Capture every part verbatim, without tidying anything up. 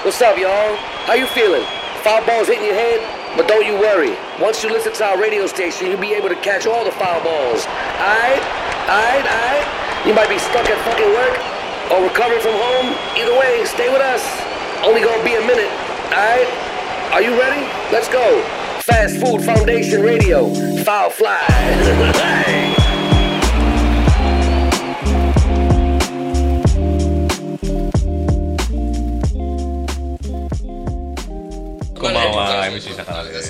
What's up, y'all? How you feeling? Foul balls hitting your head? But don't you worry. Once you listen to our radio station, you'll be able to catch all the foul balls. Aight? Aight? Aight? You might be stuck at fucking work or recovering from home. Either way, stay with us. Only gonna be a minute. Aight? Are you ready? Let's go. Fast Food Foundation Radio. Foul Fly. Hey. こんばんは、エムシー 坂田です。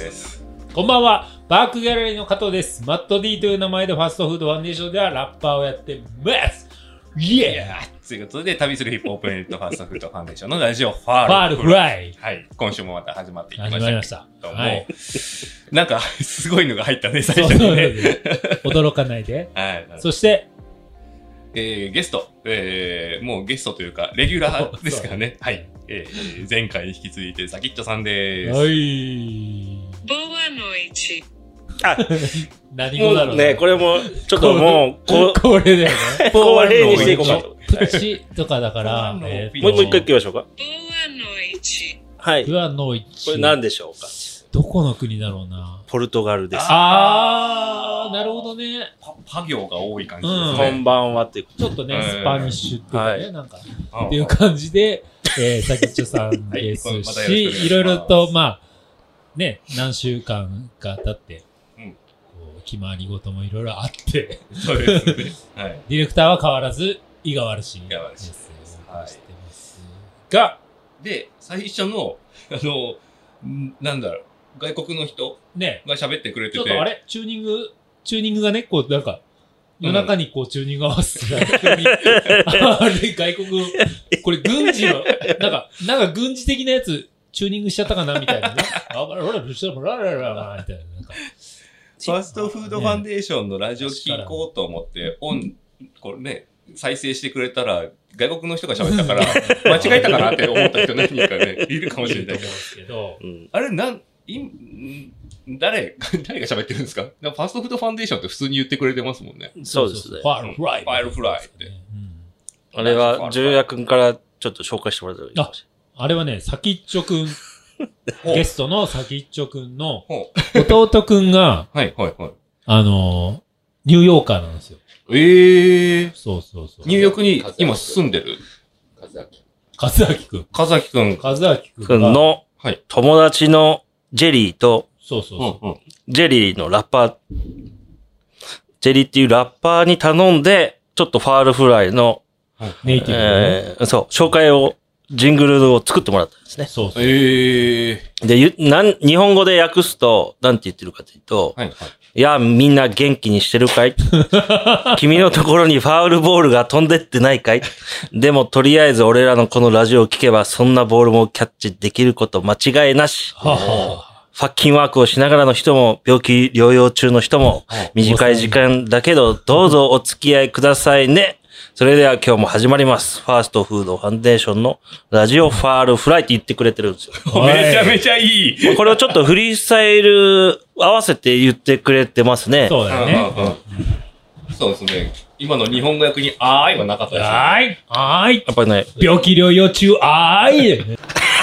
こんばんは、バークギャラリーの加藤です。マット D という名前でファストフードファンデーションではラッパーをやってます。イエーということで、旅するヒップホップユニットファストフードファンデーションのラジオファールフライ。 はい。今週もまた始まっていきました。 始まりました。 はい。なんか、すごいのが入ったね、最初にね。 驚かないで。 はい。 そして、 えー、ゲスト、えー、もうゲストというか、レギュラーですからね。はい。えー、前回に引き続いて、ザキッチョさんです。 はい。 ボアのいち。 あ、何語だろうね。これも、ちょっともう、 ここれだよね。 これにしていこうかと。 プチとかだから、 えー、もう一回行きましょうか。ボアのいち。 はい。 ボアのいち。 これ何でしょうか。 どこの国だろうな。 ポルトガルです。 あー、なるほどね。 パ, パ行が多い感じですね。 うん、こんばんはっていうちょっとね、スパニッシュっていうね、はい、なんか、 うん、 っていう感じで、えー、さきっちょさんですし、はい、いろいろと、まあ、ね、何週間か経って、うん、こう決まり事もいろいろあって、 そうですね。はい。 ディレクターは変わらず、井川原氏です。はい。してますが、 で、最初の、あの、なんだろう、外国の人ねが喋ってくれてて、 ちょっとあれチューニング、チューニングがね、こう、なんか、夜中にこう、チューニング合わせて、うん、あれ、外国、これ軍事の、なんか、なんか軍事的なやつ、チューニングしちゃったかなみたいなね。あ、ららららららみたいな。なんかファストフードファンデーションのラジオ聞こうと思って、オン、これね、再生してくれたら、外国の人が喋ったから、間違えたかなって思った人何人かね、いるかもしれないけど、うん、あれ、なん、い誰、誰が喋ってるんですか？ファストフードファンデーションって普通に言ってくれてますもんね。 そうですね。 ファイルフライ。 ファイルフライって。 あれは、ジュリア君からちょっと紹介してもらったらいいかもしれない。 あれはね、さきっちょくん、ゲストのさきっちょくんの弟くんが、 はいはいはい。 あの、ニューヨーカーなんですよ。 ええー。 そうそうそう。 ニューヨークに今住んでる和明。和明くん。 和明くん。 和明くんの友達のジェリーと、 そうそうそう、うんうん。 ジェリーのラッパー、ジェリーっていうラッパーに頼んで、ちょっとファールフライの、 ネイティブ、ねえー、そう、紹介を、ジングルを作ってもらったんですね。 そうそう。 ええー。で、なん、日本語で訳すと、なんて言ってるかというと、はいはい、いや、みんな元気にしてるかい君のところにファウルボールが飛んでってないかいでも、とりあえず俺らのこのラジオを聞けば、そんなボールもキャッチできること間違いなし。ははファッキンワークをしながらの人も、病気療養中の人も、短い時間だけど、どうぞお付き合いくださいね。それでは今日も始まります。ファーストフードファンデーションのラジオファールフライって言ってくれてるんですよ。 めちゃめちゃいい。 これをちょっとフリースタイル合わせて言ってくれてますね。 そうだね。 うん、そうですね。今の日本語訳にあーいはなかったですね。 あーい。あーい。 やっぱりね。 病気療養中、あーい。 病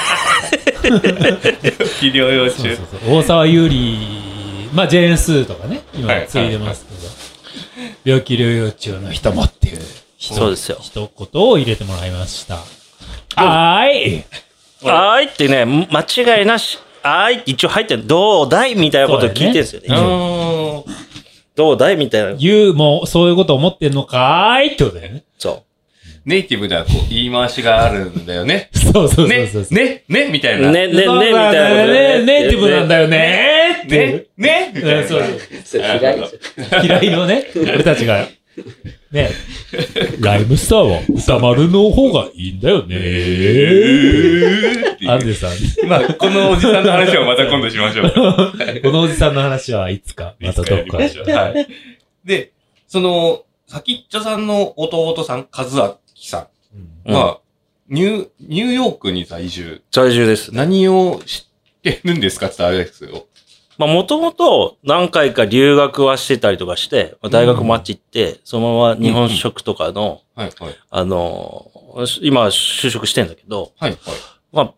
気療養中。そうそうそう。大沢優里、まあジェーンスーとかね、今ついてますけど、はいはいはい、病気療養中の人もっていう。 そうですよ。 一言を入れてもらいました。あーい。 あーいってね、間違いなし、あーいって一応入ってる。どうだいみたいなことを聞いてるんですよね。ねどうだいみたいな。 言う、もうそういうこと思ってんのかーいってことだよね。 そう。 ネイティブではこう言い回しがあるんだよね。 そうそうそうそう。 ね、ね、ね、みたいな。 ね、ね、ね、みたいな。 ね、ネイティブなんだよねーって。 ね、ね、 そうそう。嫌いのね、俺たちが。ねライムスターは歌丸の方がいいんだよねー。アンデさん。 まあ、このおじさんの話はまた今度しましょう。 このおじさんの話はいつか、またどっか。 はい。で、その、さきっちょさんの弟さん、和明さんは、うん、ニュー、ニューヨークに在住。 在住です。 何を知ってるんですかって言ったらあれですよ。 まあ、もともと何回か留学はしてたりとかして、まあ、大学もあっち行って、うん、そのまま日本食とかの、うんうん、はいはい、あの、今就職してんだけど、はいはい、まあ、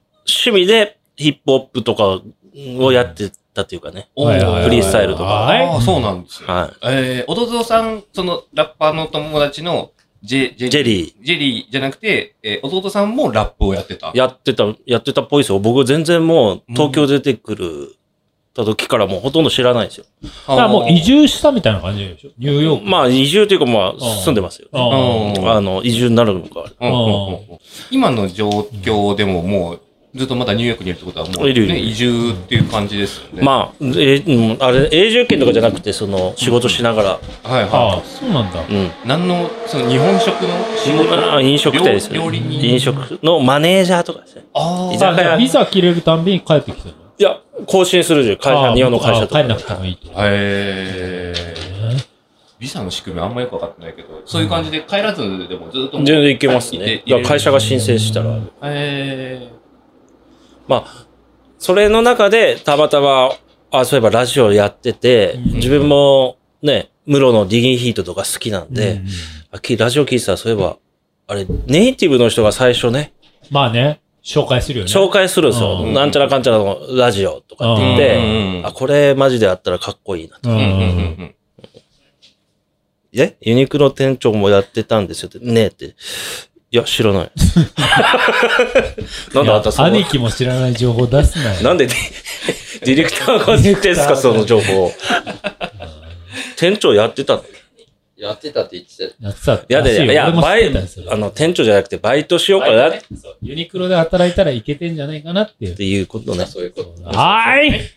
趣味でヒップホップとかをやってたっていうかね。 おーフリースタイルとか。 ああ、そうなんですよ。 はい。 えー、弟さん、そのラッパーの友達のジェ、ジェジェリー。 ジェリーじゃなくて、えー、弟さんもラップをやってた。 やってた、やってたっぽいですよ。僕全然もう東京出てくるた時からもうほとんど知らないですよ。 だからもう移住したみたいな感じでしょニューヨーク。 まあ移住というかまあ住んでますよ。 あうんあの、移住になるのか。 うんうんうんうん今の状況でももう、ずっとまだニューヨークにいるってことはもう、 いるいるね、移住っていう感じですよね。 まあ、え、うんあれ、永住権とかじゃなくて、その、仕事しながら。 はいあはあ、そうなんだ。 うん。 い。何の、その日本食の仕事あ飲食店です料よ料理人飲食のマネージャーとかですね。 あ居酒屋あじゃあビザ切れるたんびに帰ってきてるのいや、更新するじゃん。会社、日本の会社とか。 あ帰んなくてもいいと。 へー。ビザの仕組みあんまよくわかってないけど、そういう感じで帰らずでもずっと。 全然いけますいね。 ていや、会社が申請したら。 へまあ、それの中で、たまたま、あ、そういえばラジオやってて、 うん自分もね、ムロのディギンヒートとか好きなんで、 うんうんあきラジオ聞いてたら、そういえば、あれ、ネイティブの人が最初ね、 まあね、紹介するよね。 紹介するんですよ。 うんなんちゃらかんちゃらのラジオとかって言って、 うんあ、これマジであったらかっこいいなと。 うんー。うんうんうんうんえユニクロ店長もやってたんですよって、ねえって。いや、知らない。なんであんたその兄貴も知らない情報出すなよ。 なんでディディレクターが知ってんすか、その情報。店長やってたのやってたって言ってた。 やってたっていやで、いや、 俺も知っバイてたんですよ、 あの、店長じゃなくてバイトしようかなっそうユニクロで働いたらいけてんじゃないかなっていう。 ていうことね。そういうこはーい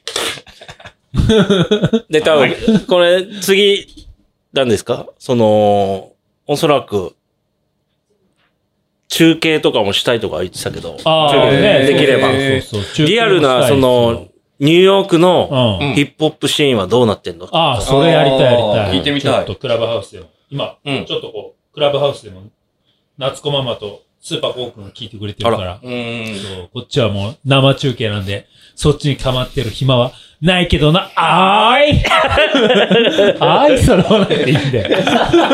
で、多分、これ、次、何ですかその、おそらく、中継とかもしたいとか言ってたけど、 ああ、 中継ね、 できれば。 そうそうそうリアルな、その、、ニューヨークのうん。 ヒップホップシーンはどうなってんのああ、それやりたいやりたい。 聞いてみたいちょっとクラブハウスでも。今、 うんちょっとこう、クラブハウスでも、夏子ママとスーパーコー君が聞いてくれてるから。 うんうんそうこっちはもう生中継なんで、そっちにかまってる暇はないけどな、あーいあーいそろわなくていいんだよ。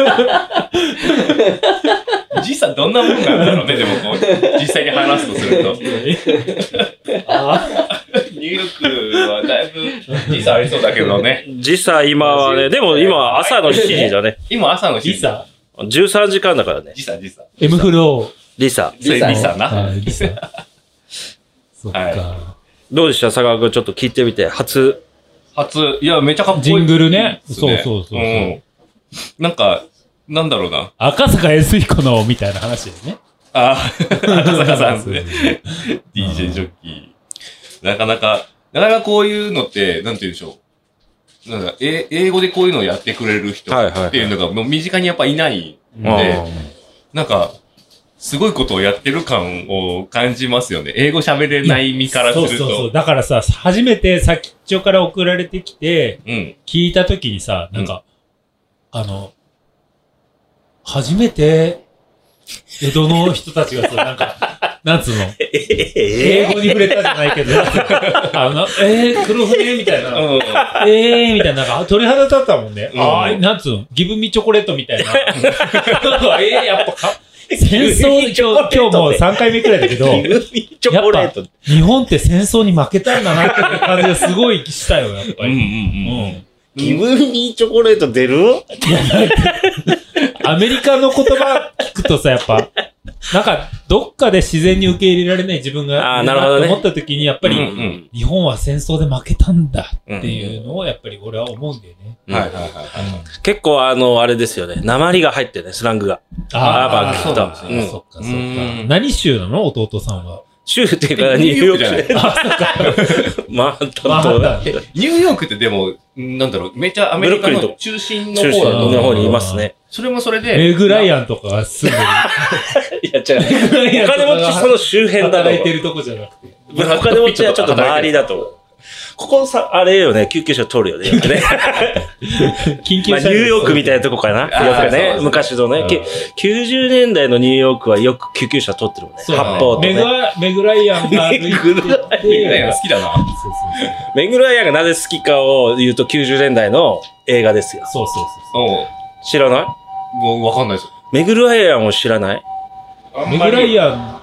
実際どんなもんなんだろうね、でもこう、実際に話すとすると。 あニューヨークはだいぶ時差ありそうだけどね。 時差今はね、でも今朝のしちじだね。 今朝のー、リサじゅうさんじかんだからね。 時差時差。 ?M フロリサ。 それリサな。 ー。はいリサ。そっか。 はどうでした佐川君ちょっと聞いてみて。初。 初、いや、めちゃかっこいい。 ジングルねですそうそうそうそうんなんか、なんだろうな。 赤坂康彦の、みたいな話ですね。 ああ、赤坂さんですね。ディージェー ジョッキー。なかなか、なかなかこういうのって、なんて言うんでしょう。なんか、え、英語でこういうのをやってくれる人はいはいはいっていうのが、もう身近にやっぱいないのうんで、なんか、すごいことをやってる感を感じますよね。英語喋れない身からすると。 そうそうそう。だからさ、初めて先っちょから送られてきて、 うん。 聞いたときにさ、なんか、あの、初めて、江戸の人たちがさ、なんか、なんつうの、英語に触れたじゃないけど、なんつうのあの、えー、黒船みたいな、 うん。 えー、みたいな、なんか鳥肌立ったもんね。 うんああ、なんつうの、ギブミチョコレートみたいな。なんかえー、やっぱか、戦争、今日、今日もうさんかいめくらいだけど、 チョコレート。 日本って戦争に負けたんだなっていう感じがすごいしたよ、やっぱり。 うんうんうん。 うんギブミーチョコレート出るアメリカの言葉聞くとさ、やっぱ、なんか、どっかで自然に受け入れられない自分があーなるほどねと思った時に、やっぱり、 うんうん日本は戦争で負けたんだっていうのを、やっぱり俺は思うんだよね。 はいはいはいはい。 結構あの、あれですよね。鉛が入ってるね、スラングが。あーやっぱ聞くとそうなんですねうんそっかそっかうん。 何州なの弟さんは。 州っていうか、 ニューヨークじゃないニューヨークマンハッタンマンハッとタンえニューヨークってでも、なんだろう、めっちゃアメリカの中心の中心方だとの方にいますね。 それもそれで。 メグライアンとかが住んでる。 いや、違う。 メグライアンお金持ちその周辺だと思働いてるとこじゃなくて。 う。お金持ちはちょっと周りだと思う。ここさ、あれよね、救急車通るよね。よくねまあ、 緊急車両ニューヨークみたいなとこかな。よあーくねそ、う昔のね、ききゅうじゅうねんだいのニューヨークはよく救急車通ってるもんね。 そう八方とメグね。 ラメグライアンが歩いてて。 メグラメグライアン好きだな。 そうメグライアンがなぜ好きかを言うときゅうじゅうねんだいの映画ですよ。 そうそう。そうおう知らないもうわかんないです。 メグライアンを知らないそう。メグライアン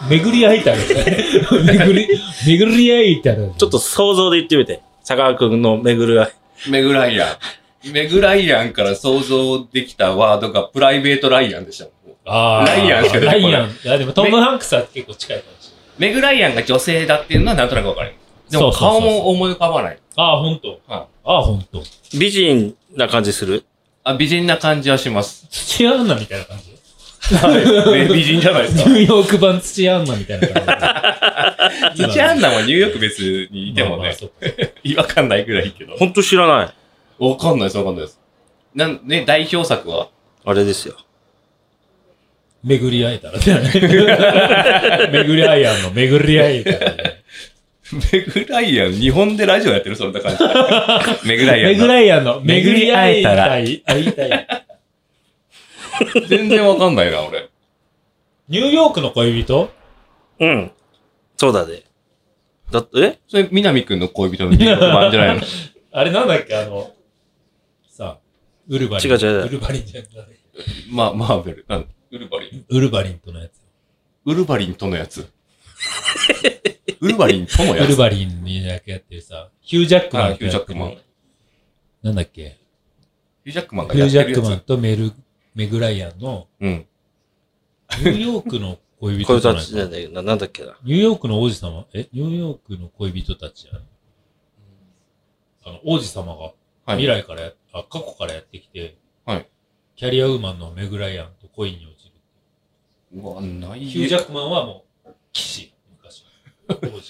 巡り合いたい。巡り、巡り合いたい。 ちょっと想像で言ってみて。佐川くんの巡る合い。 メグライアン。メグライアンから想像できたワードがプライベートライアンでした。 あライアンしか出てこない。 ライアン。いや、でもトム・ハンクスは結構近いかもしメグライアンが女性だっていうのはなんとなくわかる。でもそうそうそうそう顔も思い浮かばない。 れない。ああ、ほんと。 はいああ、ほんと。 美人な感じする？ あ、美人な感じはします。 土屋アンナみたいな感じ。 はい。美人じゃないですか。 ニューヨーク版土屋アンナみたいな感じ。 土屋アンナはニューヨーク別にいてもねまあまあ、そっか違和感ないぐらいいいけど。 ほんと知らない。 わかんないです、わかんないです。なん、ね、代表作はあれですよ。 巡り合えたらね。巡り合いアンの巡り合えたらね。 メグライアン、日本でラジオやってるそんな感じ。メグライアンの。 メグライアンの巡り合えたら。会いたい。 全然わかんないな、俺。 ニューヨークの恋人うん。そうだね。だって、えそれ、南くんの恋人のニューヨーク版じゃないのあれなんだっけあの、さ、ウルバリン。 違う違う違うウルバリンじゃない。 ま、マーベル。なんウルバリン。 ウルバリンとのやつ。 ウルバリンとのやつ。ウルバリンとのやつ。 ウルバリンにだけやってるさ、ヒュージャックマンあヒュージャックマン。 なんだっけヒュージャックマンがヒュージやってるやつ。 ャックマンとメル、メグライアンの、 うん。 ニューヨークの恋こういう人じゃないたちなんだけど、ななんだっけな。 ニューヨークの王子様えニューヨークの恋人たちや。あの、王子様がはい。 未来からや、あ、過去からやってきて、 はい。 キャリアウーマンのメグライアンと恋に落ちる。 うわ、ないヒュージャックマンはもう、騎士、昔。王子。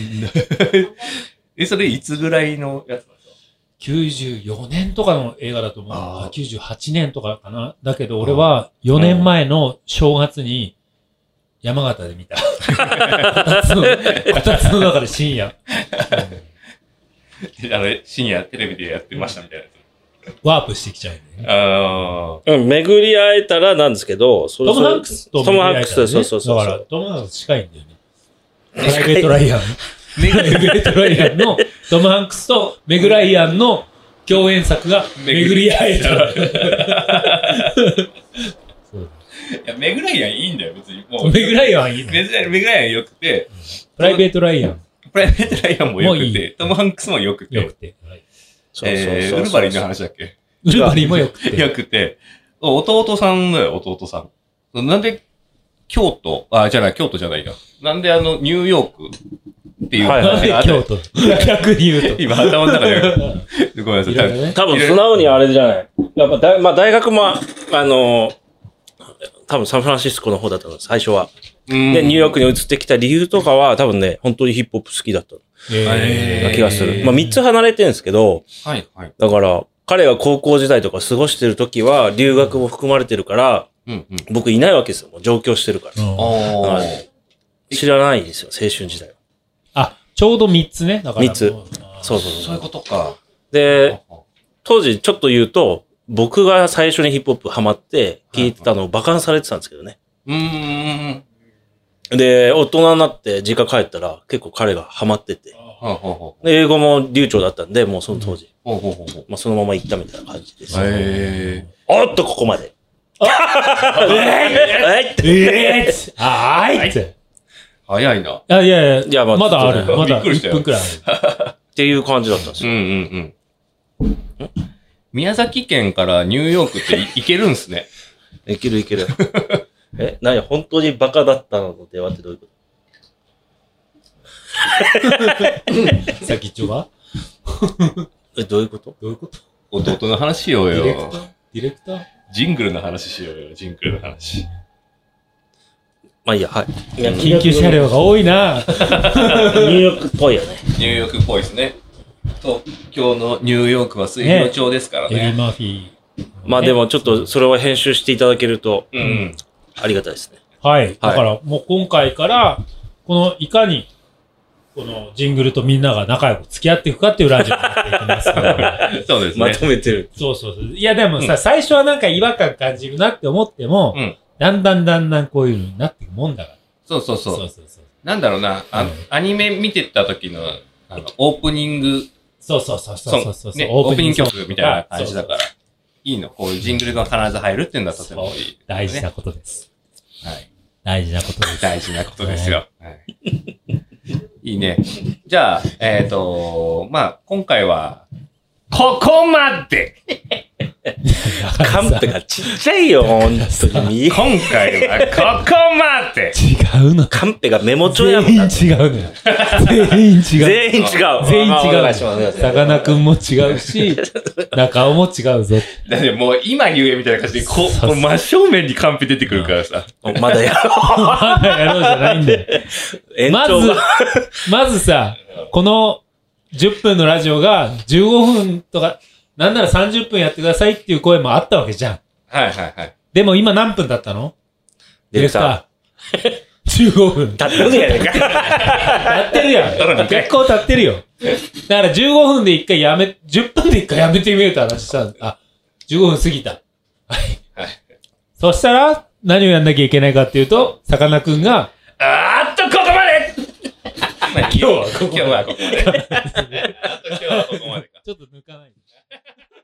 え、それいつぐらいのやつなんですか？ きゅうじゅうよねんとかの映画だと思う。 あーあきゅうじゅうはちねんとかかな。だけど俺はよねんまえの正月に山形で見た。こたつの、こたつの中で深夜。 あれ、深夜テレビでやってましたみたいなやワープしてきちゃうよつ。 ね。 あうん、巡り会えたらなんですけど、それトム・ハンクスとトム・ハンクス、 巡り合えたらねそうそうそう。 だから、トム・ハンクス近いんだよね。プライベート・ライアン。 メグプライベート・ライアンのトム・ハンクスとメグ・ライアンの共演作が巡り会えたら。そういや、メグライアンいいんだよ、別に。もう。 メグ・ライアンいいの。 メグライアンメグライアン良くて、 プライベート・ライアンプライベートライアンも良くもういて、トム・ハンクスも良くて、 良くて。はいそうそうそうえー、 そうウルバリンの話だっけ？ ウルバリンも良くて。 良くて、弟さんだよ、弟さん。なんで、京都、あ、じゃない、京都じゃないな。なんであの、ニューヨークっていうはいなんで話が京都逆に言うと。 今頭の中で、ごめんなさい。 いろいろね。 多分素直にあれじゃない。やっぱだ、まあ大学も、あの、多分サンフランシスコの方だったの、最初は。 で、 で、ニューヨークに移ってきた理由とかは、多分ね、本当にヒップホップ好きだったえな気がする。まあ三つ離れてるんですけど、 はい、はい。 だから、彼が高校時代とか過ごしてる時は、留学も含まれてるから、 うん、うん。 僕いないわけですよ。もう上京してるから。 うんあはー。 知らないですよ、青春時代は。 あ、ちょうど三つね。だから。 三つもあーそうそうそうそういう。ことか。 で、当時ちょっと言うと、僕が最初にヒップホップハマって聞いてたのを馬鹿にされてたんですけどね。 うーん。 で、大人になって実家帰ったら結構彼がハマってて。 ほうほうほう。 で英語も流暢だったんで、もうその当時。 ほうほうほうほう。 まあそのまま行ったみたいな感じです。 へおっと、ここまで。 ええー、えー、あーいって。 ー。早いな。 あ、いやいや、 いやまあまだある。 ちょっとまだ1 びっくりしたよ分くらいある。 っていう感じだったんですよ。 うんうんうん。宮崎県からニューヨークってい行けるんすね。 いけるいける。え、何本当にバカだったのではってどういうこ先っちょがとえ、どういうことどういうこと弟の話しようディレクターよ。 ディレクタージングルの話しようよ、ジングルの話。 まあいいや、はい。いや緊急車両が多いなニューヨークっぽいよね。 ニューヨークっぽいですね。東京のニューヨークは水広町ですからエリー・ね。 マーフィー。 まあでもちょっとそれを編集していただけるとうん。 ありがたいですね。 はい。だから、もう今回から、この、いかに、このジングルとみんなが仲良く付き合っていくかっていうラジオになっていきますから。 そうですね。 まとめてる。 そうそうそう。いや、でもさ、 うん最初はなんか違和感感じるなって思っても、 うんだんだんだんだんこういうのになっていくもんだから。 そうそうそう。 そうそうそう。 なんだろうな、あうんアニメ見てた時の、あの、オープニングそうそうそうソングそうそうそう。 ね、オープニング曲みたいな感じだからそう。 いいの。こういうジングルが必ず入るっていうのはとてもいい。 大事なことです。 はい。 大事なことです。 大事なことですよ。はい、いいね。じゃあ、えっと、まあ、今回は、ここまでカンペがちっちゃいよ、ほんとに。 今回はここまで違うの。 カンペがメモ帳やもんな。全員違うのよ。全員違う。 全員違う。 全員違う。さかなクンも違うし、中尾も違うぞ。 だってもう今言えみたいな感じで、こう、真正面にカンペ出てくるからさ。 まだやろう。 まだやろうじゃないんだよ。まず、まずさ、この、じゅっぷんのラジオがじゅうごふんとか、なんならさんじゅっぷんやってくださいっていう声もあったわけじゃん。 はいはいはい。 でも今何分だったの？ディレクター。じゅうごふん。 経ってるやねんか。 経ってるやん。結構経ってるよ。だからじゅうごふんで一回やめ、じゅっぷんで一回やめてみようって話したんあ、じゅうごふん過ぎた。はい。はい。そしたら、何をやんなきゃいけないかっていうと、さかなクンが、 あーっとここまで今日はここまで。 今日はここまで。今日はここまでか。 ちょっと抜かない。